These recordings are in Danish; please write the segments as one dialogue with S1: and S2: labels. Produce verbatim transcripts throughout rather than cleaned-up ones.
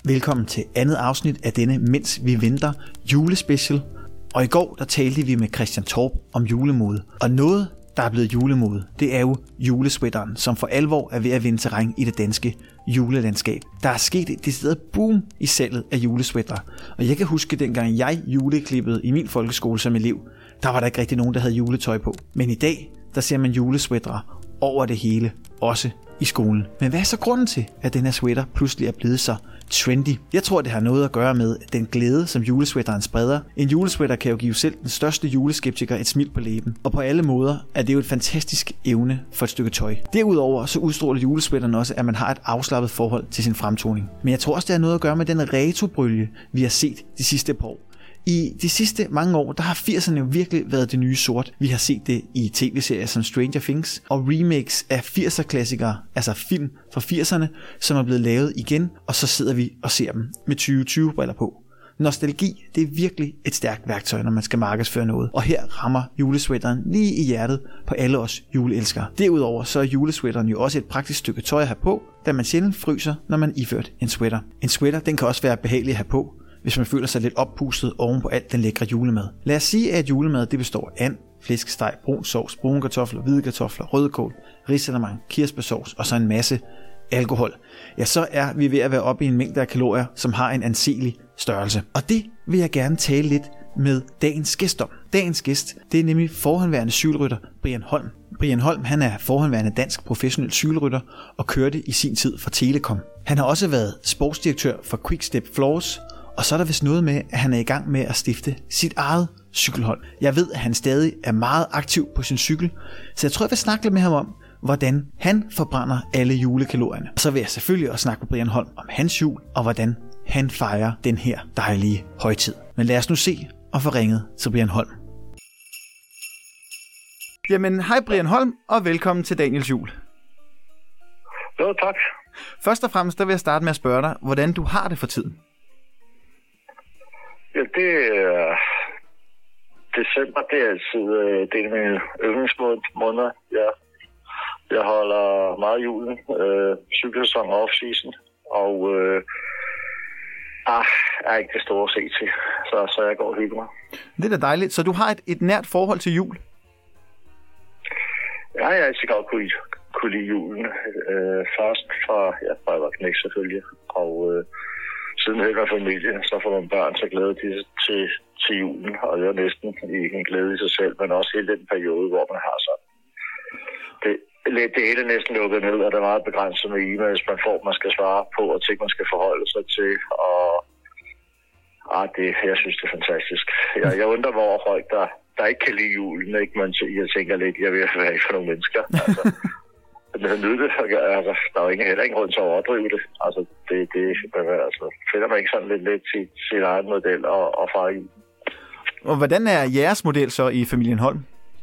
S1: Velkommen til andet afsnit af denne Mens vi venter julespecial. Og i går der talte vi med Christian Torp om julemode. Og noget, der er blevet julemode, det er jo julesweateren, som for alvor er ved at vinde terræn i det danske julelandskab. Der er sket et decideret boom i salget af julesweatere. Og jeg kan huske, dengang jeg juleklippede i min folkeskole som elev, der var der ikke rigtig nogen, der havde juletøj på. Men i dag, der ser man julesweatere over det hele, også i skolen. Men hvad er så grunden til, at den her sweater pludselig er blevet så trendy? Jeg tror, det har noget at gøre med den glæde, som julesweateren spreder. En julesweater kan jo give selv den største juleskeptiker et smil på læben. Og på alle måder er det jo et fantastisk evne for et stykke tøj. Derudover så udstråler julesweateren også, at man har et afslappet forhold til sin fremtoning. Men jeg tror også, det har noget at gøre med den retrobrølge, vi har set de sidste par år. I de sidste mange år, der har firserne virkelig været det nye sort. Vi har set det i tv-serier som Stranger Things og remakes af firser-klassikere, altså film fra firserne, som er blevet lavet igen, og så sidder vi og ser dem med tyve tyve-briller på. Nostalgi, det er virkelig et stærkt værktøj, når man skal markedsføre noget, og her rammer julesweateren lige i hjertet på alle os juleelskere. Derudover så er julesweateren jo også et praktisk stykke tøj at have på, da man sjældent fryser, når man iført en sweater. En sweater, den kan også være behagelig at have på, hvis man føler sig lidt oppustet oven på alt den lækre julemad. Lad os sige, at julemad det består af and, flæskesteg, brun sovs, brune kartofler, hvide kartofler, rødkål, risalamande, kirsebærsovs og så en masse alkohol. Ja, så er vi ved at være oppe i en mængde af kalorier, som har en anselig størrelse. Og det vil jeg gerne tale lidt med dagens gæst om. Dagens gæst, det er nemlig forhåndværende cykelrytter Brian Holm. Brian Holm, han er forhåndværende dansk professionel cykelrytter og kørte i sin tid for Telekom. Han har også været sportsdirektør for Quickstep Floors, og så er der vist noget med, at han er i gang med at stifte sit eget cykelhold. Jeg ved, at han stadig er meget aktiv på sin cykel, så jeg tror, jeg vil snakke lidt med ham om, hvordan han forbrænder alle julekalorierne. Og så vil jeg selvfølgelig også snakke med Brian Holm om hans jul, og hvordan han fejrer den her dejlige højtid. Men lad os nu se og få ringet til Brian Holm. Jamen, hej Brian Holm, og velkommen til Daniels jul.
S2: Jo, tak.
S1: Først og fremmest, der vil jeg starte med at spørge dig, hvordan du har det for tiden.
S2: Ja, det er december, det er altid det er mine yndlingsmåneder. Ja. Jeg holder meget julen, øh, cykelsæson og off-season, og øh, ah, er ikke det store at se til, så, så jeg går og hygger mig.
S1: Det er da dejligt. Så du har et, et nært forhold til jul?
S2: Ja, jeg har altid godt kunne, kunne lide julen. Øh, først fra, ja, fra jeg var knæk selvfølgelig, og øh, siden hele familien, så får man børn så glæde til, til, til julen, og det er næsten ikke en glæde i sig selv, men også hele den periode, hvor man har sådan. Det, det hele er næsten lukket ned, og der er meget begrænset med e-mails, man får, man skal svare på, og ting, man skal forholde sig til, og ah, det, jeg synes, det er fantastisk. Jeg, jeg undrer mig over folk, der, der ikke kan lide julen, ikke? Men jeg tænker lidt, jeg vil være ikke for nogle mennesker, altså. Men jeg nyder det. Altså, der er jo ikke, heller ingen grund til at overdrive det. Altså, det, det altså, finder man ikke sådan lidt lidt til sin egen model og, og fejre julen.
S1: Og hvordan er jeres model så i familien Holm?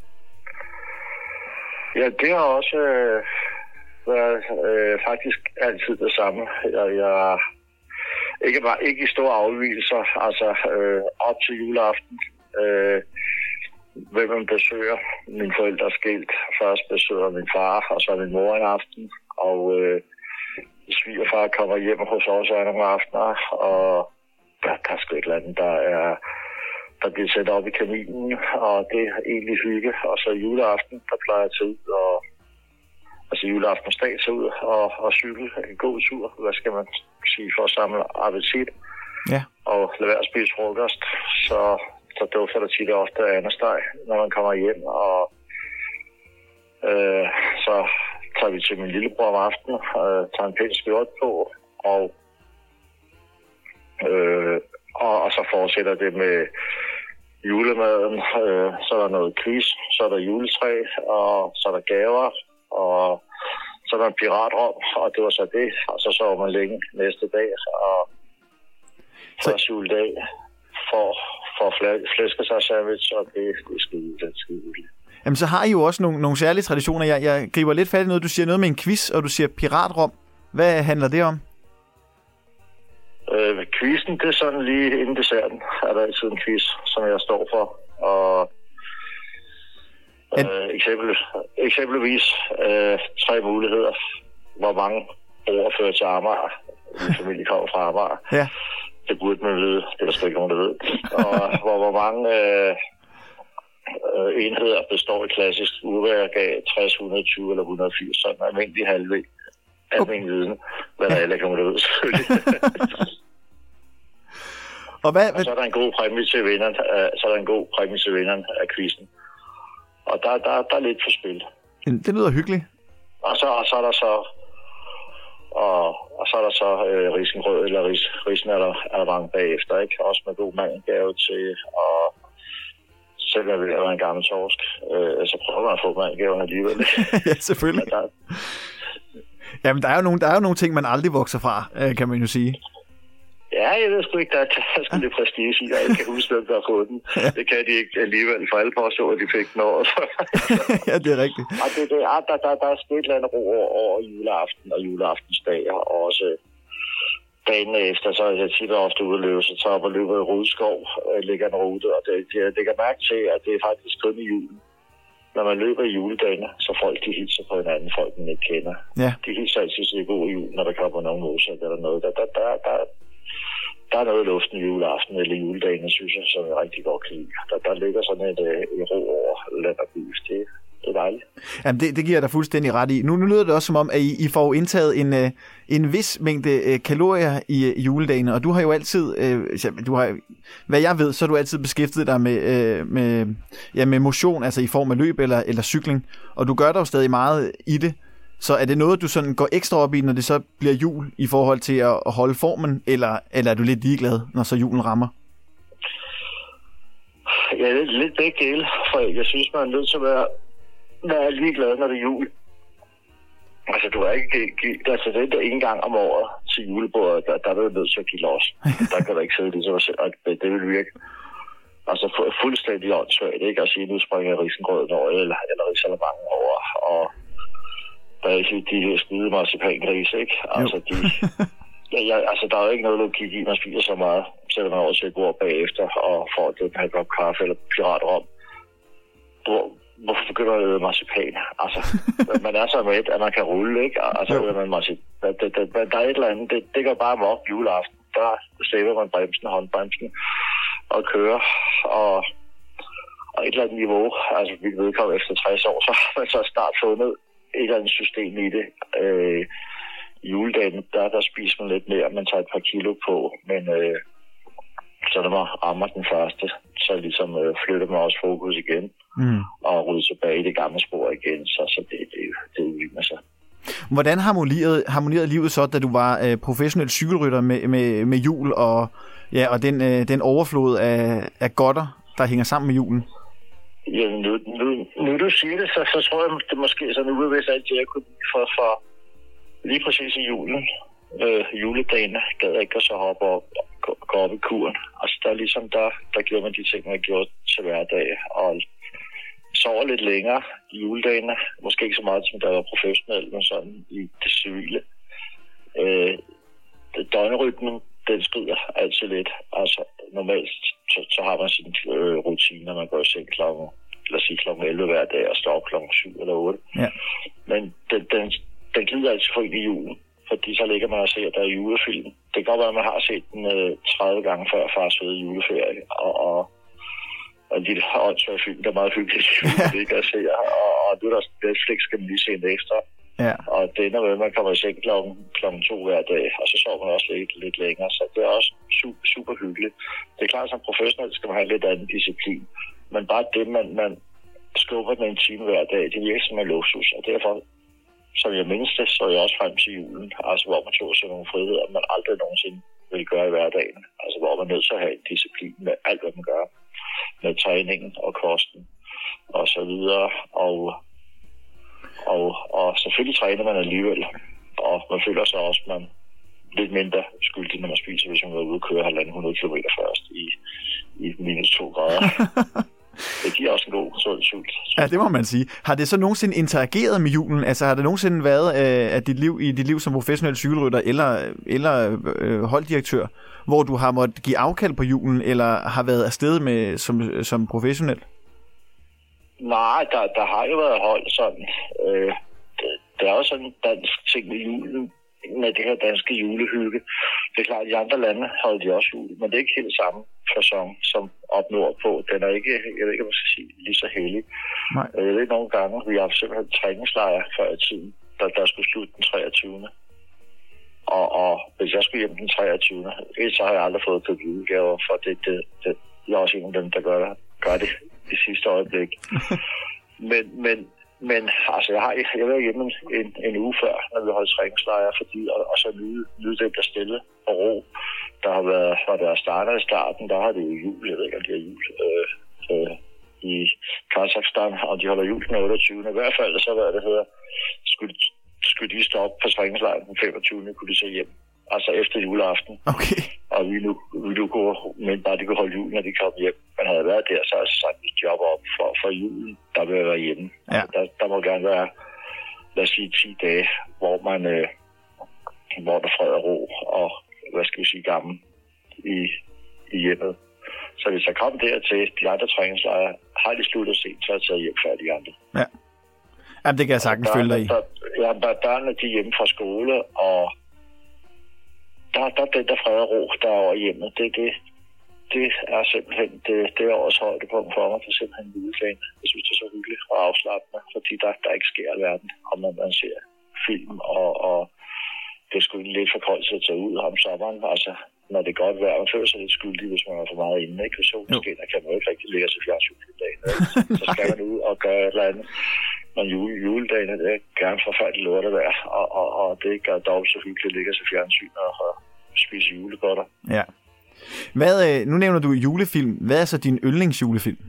S2: Ja, det har også øh, været øh, faktisk altid det samme. Jeg, jeg ikke bare ikke i store afvigelser, altså øh, op til juleaften. Øh, hvem man besøger. Mine forældre er skilt. Først besøger min far, og så min mor en aften. Og øh, svigerfar kommer hjem hos os nogle aftener, og der, der er sgu et eller andet, der er der bliver sat op i kaminen, og det er egentlig hygge. Og så juleaften, der plejer jeg til ud, og altså juleaftensdag til ud og, og cykle en god tur, hvad skal man sige, for at samle appetit.
S1: Ja.
S2: Og lade være at spise frokost, så så dufter det tit ofte af andet steg, når man kommer hjem, og øh, så tager vi til min lillebror om aftenen, øh, tager en pæn skjort på, og, øh, og, og så fortsætter det med julemaden, øh, så er der noget quiz, så er der juletræ, og så er der gaver, og så er der en piratrom, og det var så det, og så sover man længe næste dag, og første juledag for for flæskesteg-sandwich, og det, det er skide, det er skide.
S1: Jamen, så har I jo også nogle, nogle særlige traditioner. Jeg, jeg griber lidt fat i noget. Du siger noget med en quiz, og du siger piratrom. Hvad handler det om?
S2: Øh, quizzen, det er sådan lige inden desserten, er der altid en quiz, som jeg står for. Og øh, eksempel, eksempelvis øh, tre muligheder. Hvor mange ord fører til Amager? Min familie kommer fra Amager.
S1: Ja.
S2: Det burde man vide. Det er der sgu ikke nogen, der ved. Og hvor, hvor mange øh, øh, enheder består i klassisk urværk af tres, et hundrede og tyve eller et hundrede og firs. Sådan en almindelig halve. Almindelig viden. Hvad der heller ikke nogen, der ved, selvfølgelig.
S1: Og, hvad,
S2: og så er der en god præmie til vinderen. Så er der en god præmie til vinderen af quizzen. Og der, der, der er lidt på spil.
S1: Det lyder hyggeligt.
S2: Og så, og så er der så og, og så er der så øh, risengrød eller ris, risen er der, er der mange bagefter, ikke? Også med god mandelgave til og selv at det er en gammel torsk, øh, så prøver man at få mandelgaven alligevel.
S1: Ja, selvfølgelig. Ja, der... Jamen, der er, jo nogle, der er jo nogle ting, man aldrig vokser fra, øh, kan man jo sige.
S2: Ja, jeg ved sgu ikke, der, der er sgu lidt prestige i, jeg ikke kan huske, hvem der har fået den. Ja. Det kan de ikke alligevel, for alle påstår, at de fik den over.
S1: Ja, det er rigtigt.
S2: Og det, det, der, der, der er sgu et eller andet ro over, over juleaften og juleaftensdag, og også dagen efter, så er jeg tit ofte ude at løbe, så tager op og løber i Rudeskov, øh, ligger en rute, og det, det, det kan mærke til, at det er faktisk kun i julen. Når man løber i juledagene, så folk de hilser på hinanden, folk man ikke kender.
S1: Ja.
S2: De hilser altid til god jul, når der kommer nogen modsat eller noget. Der, der, der, der, der er noget i luften i juleaften eller juledagene, synes jeg, som jeg rigtig godt kan lide. Der, der ligger sådan et, et ro over land og by. Det, det er dejligt. Jamen,
S1: det, det giver jeg dig fuldstændig ret i. Nu, nu lyder det også som om, at I, I får indtaget en, en vis mængde kalorier i, i juledagene, og du har jo altid, du har, hvad jeg ved, så har du altid beskæftiget dig med, med, ja, med motion, altså i form af løb eller, eller cykling, og du gør der jo stadig meget i det. Så er det noget, du sådan går ekstra op i, når det så bliver jul, i forhold til at holde formen, eller, eller er du lidt ligeglad, når så julen rammer?
S2: Ja, det er lidt begge dele, for jeg synes, man er nødt til at være, være ligeglad, når det er jul. Altså, du er ikke altså, det er en gang om året til julebordet, der, der er du nødt til at give los. Der kan du ikke sidde det, så det vil virke. Altså, fuldstændig åndssvagt, ikke? At sige, nu springer jeg risengrøden over, eller, eller risalamanden over, og der er ikke de her skide marcipangrise, ikke? Altså, de, ja, ja, altså, der er jo ikke noget logik i, man spiser så meget, selvom man over til et bord bagefter, og får det med en kop kaffe eller piratrom. Hvor, hvorfor begynder man at æde marcipan? Altså, man er så med, at man kan rulle, ikke? Altså, man marcipan, det, det, det, der er et eller andet, det, det går bare mok juleaften. Der slæber man bremsen, håndbremsen, og kører, og, og et eller andet niveau, altså, vi vedkommer efter tres år, så har man så snart fundet et eller andet system i det. Øh, juledagen, der, der spiser man lidt mere, man tager et par kilo på, men øh, så når man rammer den første, så ligesom øh, flytter man også fokus igen, mm. og rydder tilbage i det gamle spor igen, så, så det, det, det udvikler sig.
S1: Hvordan harmonerede, harmonerede livet så, da du var øh, professionel cykelrytter med, med, med jul og, ja, og den, øh, den overflod af, af godter, der hænger sammen med julen?
S2: Ja, nu, nu, nu du siger det, så, så tror jeg, det måske sådan ubevidst alt det, jeg kunne for, for lige præcis i julen, øh, juledagene, gad jeg ikke at så hoppe op og gå, gå op i kuren. Altså der ligesom, der, der gjorde man de ting, man gjorde til hverdag, og sover lidt længere i juledagene. Måske ikke så meget, som der var professionelt, men sådan i det civile. Øh, døgnrytmen, den skrider altid lidt. Altså normalt, så, så har man sin øh, rutine, når man går i seng klokken, lad os sige klokken elleve hver dag, og står op klokken syv eller otte. Ja. Men den, den, den glider altid for ind i julen, fordi så ligger man og ser, at der er julefilm. Det kan godt være, at man har set den øh, tredive gange før fars fede juleferie, og, og, og en lille åndssvagt film, der er meget hyggeligt, det ikke at se, og, og nu er der Netflix, skal man lige se en ekstra. Ja. Og det ender med, at man kommer i seng klokken, klokken to hver dag, og så sover man også lidt, lidt længere, så det er også super, super hyggeligt. Det er klart, at som professionel skal man have lidt anden disciplin, men bare det, man, man skubber med en time hver dag, det virker som en luksus, og derfor, som jeg mindst det, så er jeg også frem til julen, altså hvor man tog sig nogle friheder, man aldrig nogensinde vil gøre i hverdagen, altså hvor man er nødt til at have en disciplin med alt, hvad man gør, med træningen og kosten, og så videre, og Og, og selvfølgelig træner man alligevel, og man føler sig også, man lidt mindre skyldig, når man spiser, hvis man er ude og køre halvanden hundrede kilometer først i, i minus to grader. Det giver også en god sund sult.
S1: Ja, det må man sige. Har det så nogensinde interageret med julen? Altså har det nogensinde været øh, at dit liv, i dit liv som professionel cykelrytter eller, eller øh, holddirektør, hvor du har måttet give afkald på julen, eller har været afsted med som, som professionel?
S2: Nej, der, der har jo været hold sådan. Øh, det, det er jo sådan en dansk ting med julen. med det her danske julehygge. Det er klart, at i andre lande holder de også jul, men det er ikke helt samme facon som op nordpå. Den er ikke, jeg ved ikke, hvad man skal sige, lige så heldig.
S1: Nej.
S2: Jeg ved nogle gange, vi har haft simpelthen træningslejre før i tiden, der, der skulle slutte den treogtyvende Og, og hvis jeg skulle hjem den treogtyvende så har jeg aldrig fået til julegaver, for det, det, det, jeg er også en af dem, der gør, gør det i sidste øjeblik. men, men Men altså, jeg har jeg var hjemme en, en uge før, når vi holdt træningslejre, fordi og, og så nyde, nyde det der stille og ro. Der har været, fra der starter i starten, der har det jo jul, jeg ved ikke, om de har jul øh, øh, i Kazakhstan, og de holder jul den otteogtyvende I hvert fald, så hvad det hedder, skulle, skulle de stoppe på træningslejren den femogtyvende kunne de så hjem. Altså efter juleaften.
S1: Okay.
S2: Og vi nu, vi nu kunne, men bare de kunne holde jul, når de kom hjem. Man havde været der, så har jeg sagt mit job op for, for julen, der vil jeg være hjemme.
S1: Ja.
S2: Der, der må gerne være, lad os sige, ti dage, hvor man, øh, hvor der fred og ro, og hvad skal vi sige, gammel i, i hjemmet. Så hvis jeg kom dertil, de andre træningslejre, har de sluttet sent, så er jeg taget hjem før de andre.
S1: Ja. Jamen, det kan jeg sagtens følge dig i.
S2: Der, ja, der er børnene, de er hjemme fra skole, og Der, der er den der fred og ro, der er over hjemmet. Det, det, det er simpelthen det, det er årets højdepunkt for mig, for simpelthen juledagen. Jeg synes, det er så hyggeligt og afslappende, fordi der, der ikke sker i verden, om man, man ser film, og, og det er sgu lidt for koldt til at tage ud om sommeren. Altså, når det er godt vejr, man føler sig lidt skyldig, hvis man er for meget inde. Ikke? Hvis solen skinner, kan man jo ikke rigtig ligge sig fjernsyn i dagen. Så skal man ud og gøre et eller andet. Men jule, juledagen, det er gerne forfærdeligt lortevejr, og, og, og det gør dog så hyggeligt at ligge sig fjernsyn og, og spise julegodter. Ja.
S1: Hvad, nu nævner du julefilm. Hvad er så din yndlingsjulefilm?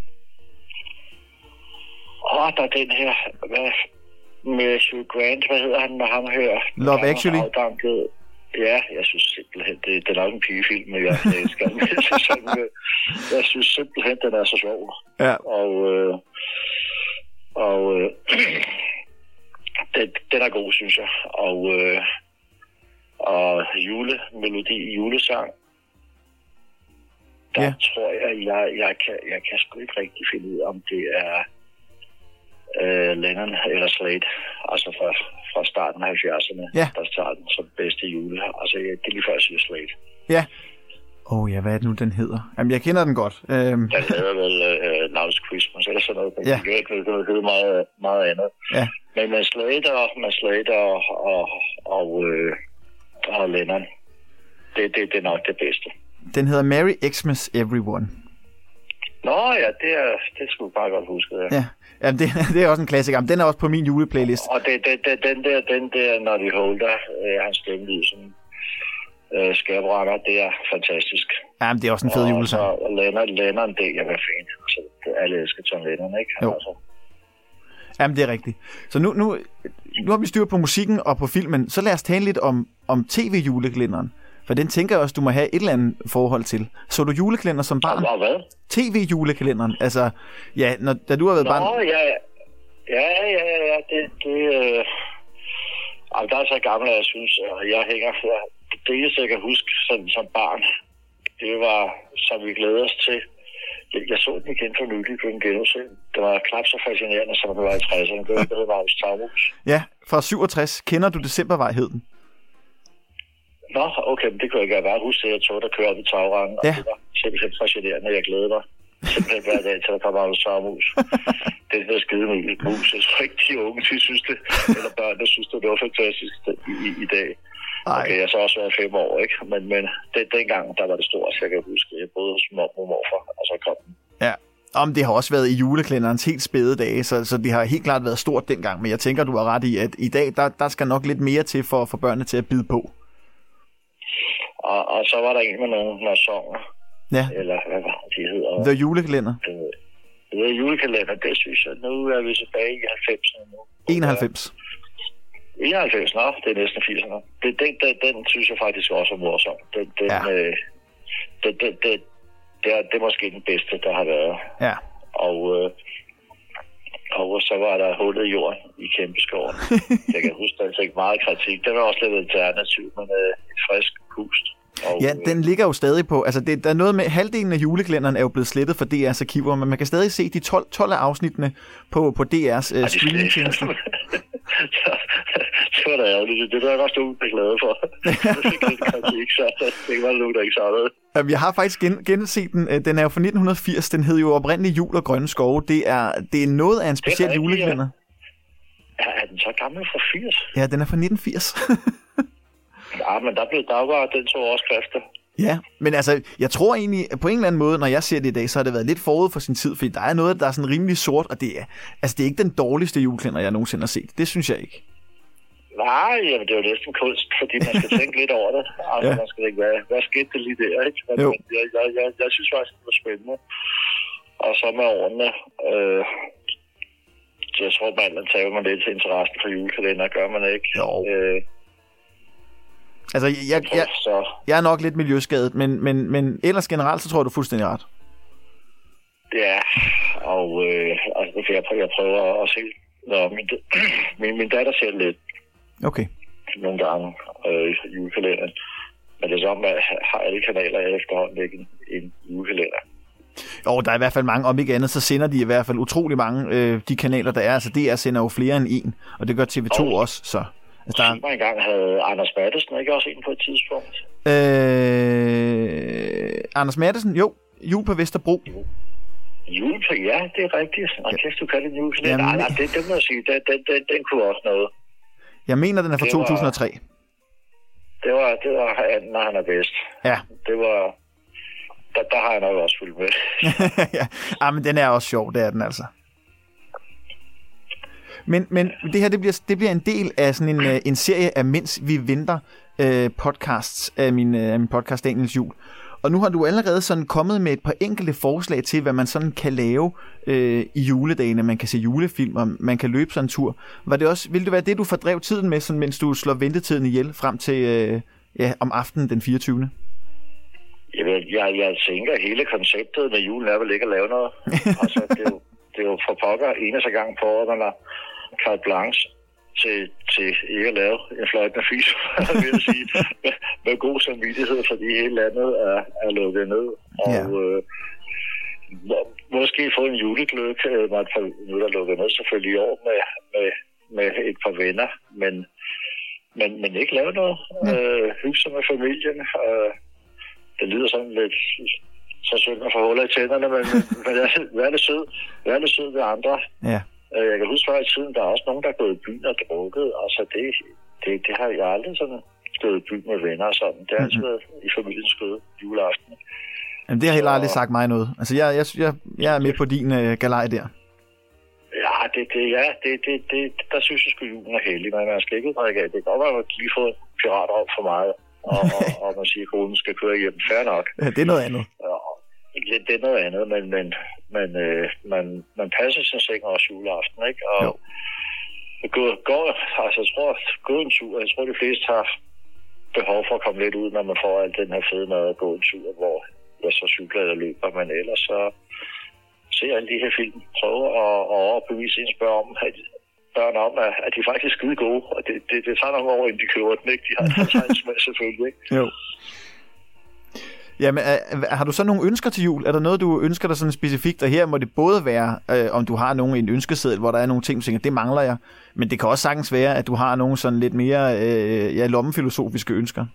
S2: Åh, oh, der er den her, hvad, med Hugh Grant, hvad hedder han, når han hører?
S1: Love Actually?
S2: Ja, jeg synes simpelthen, det, det er nok en pigefilm, men jeg, jeg elsker den. Jeg synes simpelthen, den er så sjov.
S1: Ja.
S2: Og, øh, og øh, den, den er god, synes jeg. Og, øh, og julemelodi, julesang, der ja. tror jeg, jeg, jeg, kan, jeg kan sgu ikke rigtig finde ud, om det er øh, Lennon eller Slade, altså fra, fra starten af halvfjerdserne,
S1: ja.
S2: der starter den som bedste jule. Altså, det er lige før, jeg siger Slade.
S1: Ja. Åh oh, ja, hvad er det nu, den hedder? Jamen, jeg kender den godt. Øhm...
S2: Den hedder vel uh, Last Christmas, eller sådan noget. Den
S1: ja.
S2: kan ikke hedde meget, meget andet.
S1: Ja.
S2: Men med Slade og, med Slade og, og, og, øh, og Lennon, det, det, det er nok det bedste.
S1: Den hedder Merry Xmas Everyone.
S2: Nå ja, det er det skulle jeg bare godt huske. Ja,
S1: ja. Jamen, det, det er også en klassiker. Den er også på min juleplaylist.
S2: Og det, det, det, den der, den der, når de holder øh, hans stemme lyd som øh, skærbrækker, det er fantastisk.
S1: Jamen, det er også en fed julesang.
S2: Og så Lennon, Lennon, det er hvad fint. Altså, alle elsker John Lennon, ikke?
S1: Jo. Altså. Jamen, det er rigtigt. Så nu, nu, nu har vi styr på musikken og på filmen, så lad os tale lidt om, om tv-julekalenderen. For den tænker jeg også, du må have et eller andet forhold til. Så du julekalender som barn?
S2: Og hvad?
S1: tv-julekalenderen. Altså, ja, når, da du har været
S2: Nå,
S1: barn...
S2: Nå, ja, ja, ja, ja, det... det øh... altså, der er så gammel, jeg synes, og jeg hænger... Jeg, det eneste, jeg kan huske som, som barn, det var, som vi glæder os til. Jeg, jeg så den igen for nylig på en genudsendelse. Det var knap så fascinerende, som det var i tresserne. Det var det, der hedder Magnus Tagmus.
S1: Ja, fra syvogtres. Kender du Decembervej hed den?
S2: Nå, okay, men det kunne jeg ikke bare huske, at jeg tog, der kører op i tagrangen,
S1: ja.
S2: og det var simpelthen fascinerende, jeg glæder mig simpelthen hver dag til, at der kommer Magnus Tagmus. Det er der skide med mus. Jeg tror ikke, de unge, de synes det, eller børn, der synes det, det var fantastisk i, i, i dag. Ej. Okay, jeg så også været fem år, ikke? Men, men det, dengang, der var det stort, så jeg kan huske, jeg boede hos mor og morfar, og så kom den.
S1: Ja, om det har også været i julekalenderens helt spæde dage, så, så det har helt klart været stort dengang, men jeg tænker, du har ret i, at i dag, der, der skal nok lidt mere til for at få børnene til at bide på.
S2: Og, og så var der en med nogle masonger.
S1: Ja.
S2: Eller hvad var det, de hedder?
S1: The Julekalender.
S2: The Julekalender, det synes jeg. Nu er vi tilbage i halvfemserne nu.
S1: enoghalvfems.
S2: enoghalvfems, nå, det er næsten firserne. Det, den, den, den synes jeg faktisk også er morsom. Den, den,
S1: ja.
S2: øh, det, det, det, det, er, det er måske den bedste, der har været.
S1: Ja.
S2: Og, øh, og så var der hullet i jorden i Kæmpeskoven. Jeg kan huske, at der fik meget kritik. Den var også lidt alternativ, men øh, et frisk pust. Og,
S1: ja, den ligger jo stadig på. Altså, det, der er noget med, halvdelen af julekalenderen er jo blevet slettet fra D R's arkiver, men man kan stadig se de tolv, tolv af afsnittene på, på D R's uh, streamingtjeneste.
S2: det var da ærgerligt. Det var jeg også nogen, der er glade for. Det fik lidt kritik, så det var nogen, der ikke savnede.
S1: Jamen, jeg har faktisk gen- genset den. Den er jo fra nitten firs. Den hed jo oprindeligt Jul og Grønne Skove. Det er, det er noget af en speciel julekalender.
S2: Ja, er den så gammel fra firs?
S1: Ja, den er fra nitten firs.
S2: Ja, men der blev der var den to overskrifter.
S1: Ja, men altså, jeg tror egentlig, på en eller anden måde, når jeg ser det i dag, så har det været lidt forud for sin tid, fordi der er noget, der er sådan rimelig sort, og det er, altså, det er ikke den dårligste julekalender, jeg nogensinde har set. Det synes jeg ikke.
S2: Nej, jamen, det er jo næsten kunst, fordi man skal tænke lidt over det. Altså, ja. Man skal ikke, hvad, hvad skete det lige der, ikke? Men, men jeg, jeg, jeg, jeg synes faktisk, det var spændende. Og så med årene, øh, jeg tror, man tager man lidt til interessen for julekalender, gør man ikke?
S1: Jo.
S2: Øh,
S1: Altså, jeg, jeg, jeg er nok lidt miljøskadet, men, men, men ellers generelt, så tror jeg, du er fuldstændig ret.
S2: Ja, og øh, altså, jeg, prøver, jeg prøver at se, når min, min, min datter ser lidt
S1: okay.
S2: nogle gange øh, i julekalenderen. Men det er som, at har alle kanaler efterhånden ikke en, en julekalender.
S1: Jo, der er i hvert fald mange, om ikke andet, så sender de i hvert fald utrolig mange, øh, de kanaler, der er. Altså, D R sender jo flere end en, og det gør T V to og også, så...
S2: Altså, der... Sig engang havde Anders Mattesen ikke også en på et tidspunkt?
S1: Øh... Anders Mattesen? Jo. Jul på Vesterbro.
S2: Jul på, ja, det er rigtigt. Og kæft, du kan det nu. Nej, nej, det, det må jeg sige. Den, den, den, den kunne også noget.
S1: Jeg mener, den er fra det to tusind og tre.
S2: Var, det var, det var når han er bedst.
S1: Ja.
S2: Det var... Der, der har jeg nok også fulgt med.
S1: Ja, ah, men den er også sjov, det er den altså. Men, men det her, det bliver, det bliver en del af sådan en, en serie af Mens vi venter øh, podcasts af min, af min podcast Daniels Jul. Og nu har du allerede sådan kommet med et par enkelte forslag til, hvad man sådan kan lave øh, i juledagene. Man kan se julefilm, og man kan løbe sådan en tur. Var det også, vil det være det, du fordrev tiden med, sådan, mens du slår ventetiden ihjel frem til øh, ja, om aftenen den fireogtyvende?
S2: Jeg, jeg, jeg tænker, at hele konceptet med julen er vel ikke at lave noget. Altså, det er jo, det er jo for pokker eneste gang på året, man har carte blanche til, til ikke at lave en fløjtende fis, vil jeg sige, med, med god samvittighed, fordi hele landet er, er lukket ned. Og ja. øh, måske få en julegløk, når et par minutter er lukket ned, selvfølgelig i år med, med, med et par venner, men, men, men ikke lave noget. Ja. Øh, hygge sig med familien. Øh, det lyder sådan lidt så synd at få huller i tænderne, men, men hvad er det sød? Hvad er det sød ved andre?
S1: Ja.
S2: Jeg kan huske før i tiden, der er også nogen, der er gået i byen og drukket. Altså, det, det, det har jeg aldrig sådan gået i byen med venner og sådan. Det har altid været i familiens skøde juleaften.
S1: Jamen, det har heller aldrig sagt mig noget. Altså, jeg, jeg, jeg, jeg er med på din øh, galej der.
S2: Ja, det, det, ja det, det, det, der synes jeg sgu, julen er heldig, men man skal ikke drikke af. Det kan godt være, at man lige får en pirat op for meget, og, og, og man siger, at konen skal køre hjem. Fair nok.
S1: Ja, det er noget andet.
S2: Ja, det er noget andet, men, men, men øh, man, man passer sin seng også juleaften, ikke? Og gå, gå, altså, jeg tror, gå en tur. Jeg tror, de fleste har behov for at komme lidt ud, når man får alt den her fede mad og gå en tur, hvor jeg så cykler eller løber, men ellers så se alle de her film. Prøve at, at overbevise ens børn om, at børn om, at de faktisk er skide gode, og det, det, det tager nogle år, inden de køber den, ikke? De har en smag selvfølgelig, ikke?
S1: Jo. Jamen, har du så nogle ønsker til jul? Er der noget, du ønsker dig sådan specifikt? Og her må det både være, øh, om du har nogen i en ønskeseddel, hvor der er nogle ting, du tænker, det mangler jeg. Men det kan også sagtens være, at du har nogle sådan lidt mere øh, ja, lommefilosofiske ønsker.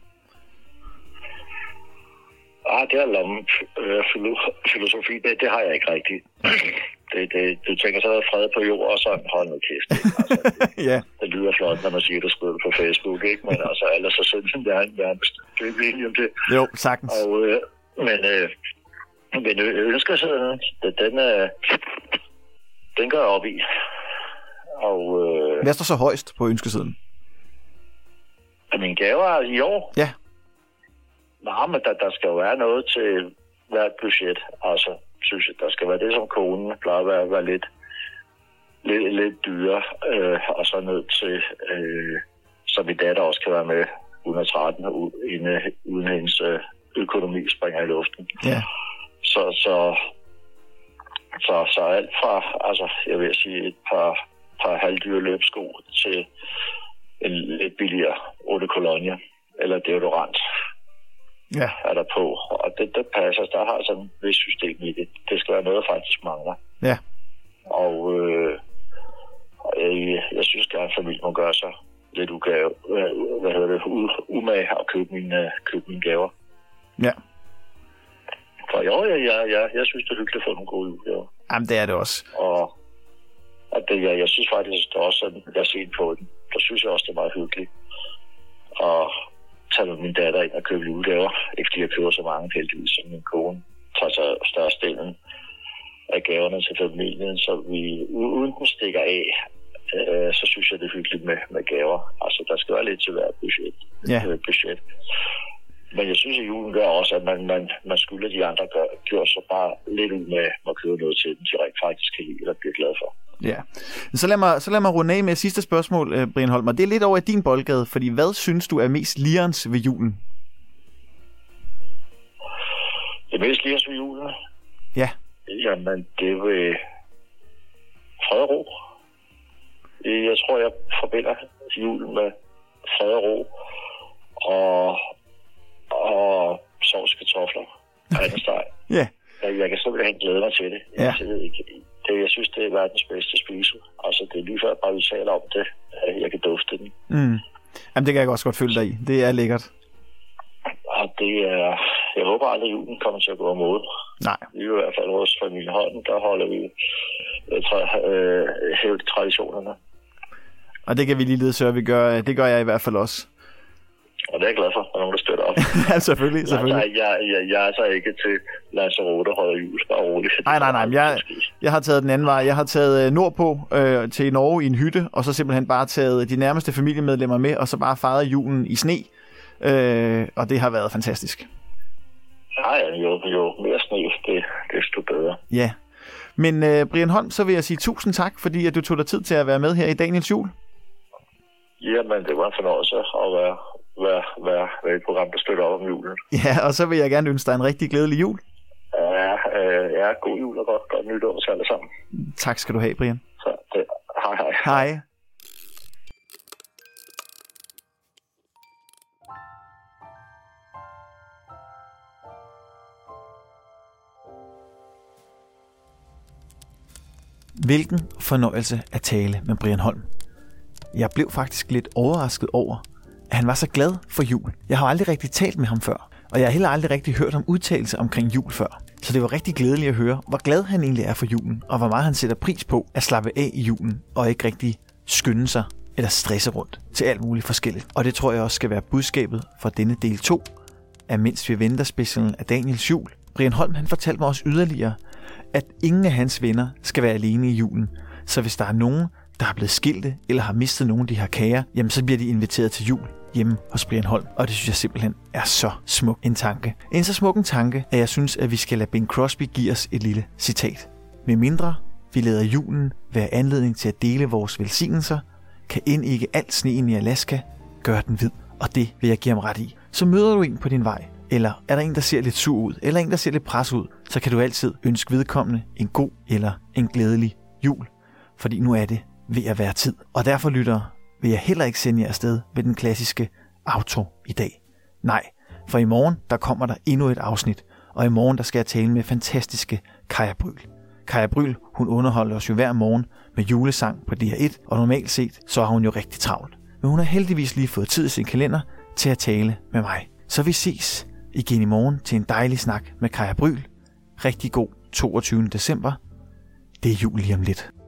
S2: Ah, det er lommefilosofi, det, det har jeg ikke rigtigt. Det, det, du tænker så, at der er fred på jord, og så hold nu kæft. Altså, det,
S1: ja.
S2: Det lyder flot, når man siger, at det skriver på Facebook, ikke? Men altså, ellers så synes jeg, det er en bestemt enige om det.
S1: Jo, sagtens.
S2: Og, øh, men øh, men ønsker sig, den, øh, den går jeg op i. Og, øh,
S1: hvad står så højst på ønskesiden?
S2: Af mine gaver i år?
S1: Ja.
S2: Nej, men der, der skal jo være noget til hvert budget, altså. Synes jeg, der skal være det, som konen plejer at være, være lidt, lidt, lidt dyre, øh, og så ned til, øh, så min datter også kan være med under tretten, uden, uden hendes øh, økonomi springer i luften.
S1: Ja.
S2: Så, så, så, så alt fra, altså jeg vil sige, et par, par halvdyre løbsko til en lidt billigere eau de cologne, eller deodorant.
S1: Ja.
S2: Er der på, og det, det passer. Der har sådan et vis system i det. Det skal være noget, der faktisk mangler.
S1: Ja.
S2: Og øh, jeg, jeg synes gerne, at familien må gøre sig lidt ugave, hvad hedder det, umage og købe mine, købe mine gaver.
S1: Ja.
S2: For jo, ja, ja, ja, jeg synes, det er hyggeligt at få nogle gode julegaver.
S1: Jamen, det er det også.
S2: Og, og det, jeg, jeg synes faktisk, det er også sådan, jeg ser på den. Der synes jeg også, det er meget hyggeligt at tage med min datter ind og købe julegaver. Ikke fordi jeg køber så mange heldigvis, som min kone tager sig størstedelen af gaverne til familien, så vi uden den stikker af, øh, så synes jeg, det er hyggeligt med, med gaver. Altså, der skal være lidt til hver budget.
S1: Ja.
S2: Øh, budget. Men jeg synes, at julen gør også, at man, man, man skylder de andre gør, gør så bare lidt ud med at købe noget til dem, de rent faktisk kan lide eller bliver glad for.
S1: Ja. Så lad mig, så lad mig runde af med sidste spørgsmål, Brian Holm. Det er lidt over i din boldgade, fordi hvad synes du er mest lirens ved julen?
S2: Det mest lirens ved julen?
S1: Ja.
S2: Jamen, det er ved fred og ro. Jeg tror, jeg forbinder julen med fred og ro og, og sovs kartofler og anden steg.
S1: Ja.
S2: Jeg, jeg kan simpelthen glæde mig til det.
S1: Ja.
S2: Jeg, ved ikke. Det, jeg synes, det er verdens bedste spise. Altså, det er lige før, bare vi taler om det. Jeg kan dufte den.
S1: Mm. Jamen, det kan jeg også godt følge dig i. Det er lækkert.
S2: Og det er... Jeg håber aldrig, at julen kommer til at gå af mode.
S1: Nej.
S2: Vi er i hvert fald hos familien Holm, der holder vi øh, tra- øh, hævet traditionerne. Og
S1: det kan vi lige sørge, vi gør. Det gør jeg i hvert fald også.
S2: Og det er jeg glad for, at der er nogen, der støtter op.
S1: Ja, selvfølgelig, selvfølgelig.
S2: Jeg, jeg, jeg, jeg er så ikke til Lanzarote og holder jul, bare roligt.
S1: Nej, nej, nej. Jeg, jeg har taget den anden vej. Jeg har taget nordpå øh, til Norge i en hytte, og så simpelthen bare taget de nærmeste familiemedlemmer med, og så bare fejret julen i sne. Øh, og det har været fantastisk.
S2: Nej, jo, jo mere sne, det, desto bedre.
S1: Ja. Men øh, Brian Holm, så vil jeg sige tusind tak, fordi at du tog dig tid til at være med her i Daniels Jul.
S2: Jamen, det var en fornøjelse at være, være, være, være et program, der støtter op om julen.
S1: Ja, og så vil jeg gerne ønske dig en rigtig glædelig jul.
S2: Ja, øh, ja god jul og godt, godt nytår til alle sammen.
S1: Tak skal du have, Brian.
S2: Så, det, hej, hej.
S1: Hej. Hvilken fornøjelse at tale med Brian Holm. Jeg blev faktisk lidt overrasket over, at han var så glad for jul. Jeg har aldrig rigtig talt med ham før, og jeg har heller aldrig rigtig hørt ham udtalelse omkring jul før. Så det var rigtig glædeligt at høre, hvor glad han egentlig er for julen, og hvor meget han sætter pris på at slappe af i julen, og ikke rigtig skynde sig eller stresse rundt til alt muligt forskelligt. Og det tror jeg også skal være budskabet for denne del to af Mens vi venter specialen af Daniels Jul. Brian Holm han fortalte mig også yderligere, at ingen af hans venner skal være alene i julen. Så hvis der er nogen, der er blevet skilte eller har mistet nogen af de her kager, jamen så bliver de inviteret til jul hjemme hos Brian Holm. Og det synes jeg simpelthen er så smuk en tanke. En så smuk en tanke, at jeg synes, at vi skal lade Bing Crosby give os et lille citat. Med mindre vi lader julen være anledning til at dele vores velsignelser, kan end ikke alt sneen i Alaska gøre den hvid. Og det vil jeg give ham ret i. Så møder du en på din vej, eller er der en, der ser lidt sur ud, eller en, der ser lidt pres ud, så kan du altid ønske vedkommende en god eller en glædelig jul. Fordi nu er det ved at være tid. Og derfor, lytter, vil jeg heller ikke sende jer afsted med den klassiske outro i dag. Nej, for i morgen, der kommer der endnu et afsnit, og i morgen, der skal jeg tale med fantastiske Kaja Bryl. Kaja Bryl, hun underholder os jo hver morgen med julesang på D R et, og normalt set, så har hun jo rigtig travlt. Men hun har heldigvis lige fået tid i sin kalender til at tale med mig. Så vi ses igen i morgen til en dejlig snak med Kaja Bryl. Rigtig god toogtyvende december. Det er jul lige om lidt.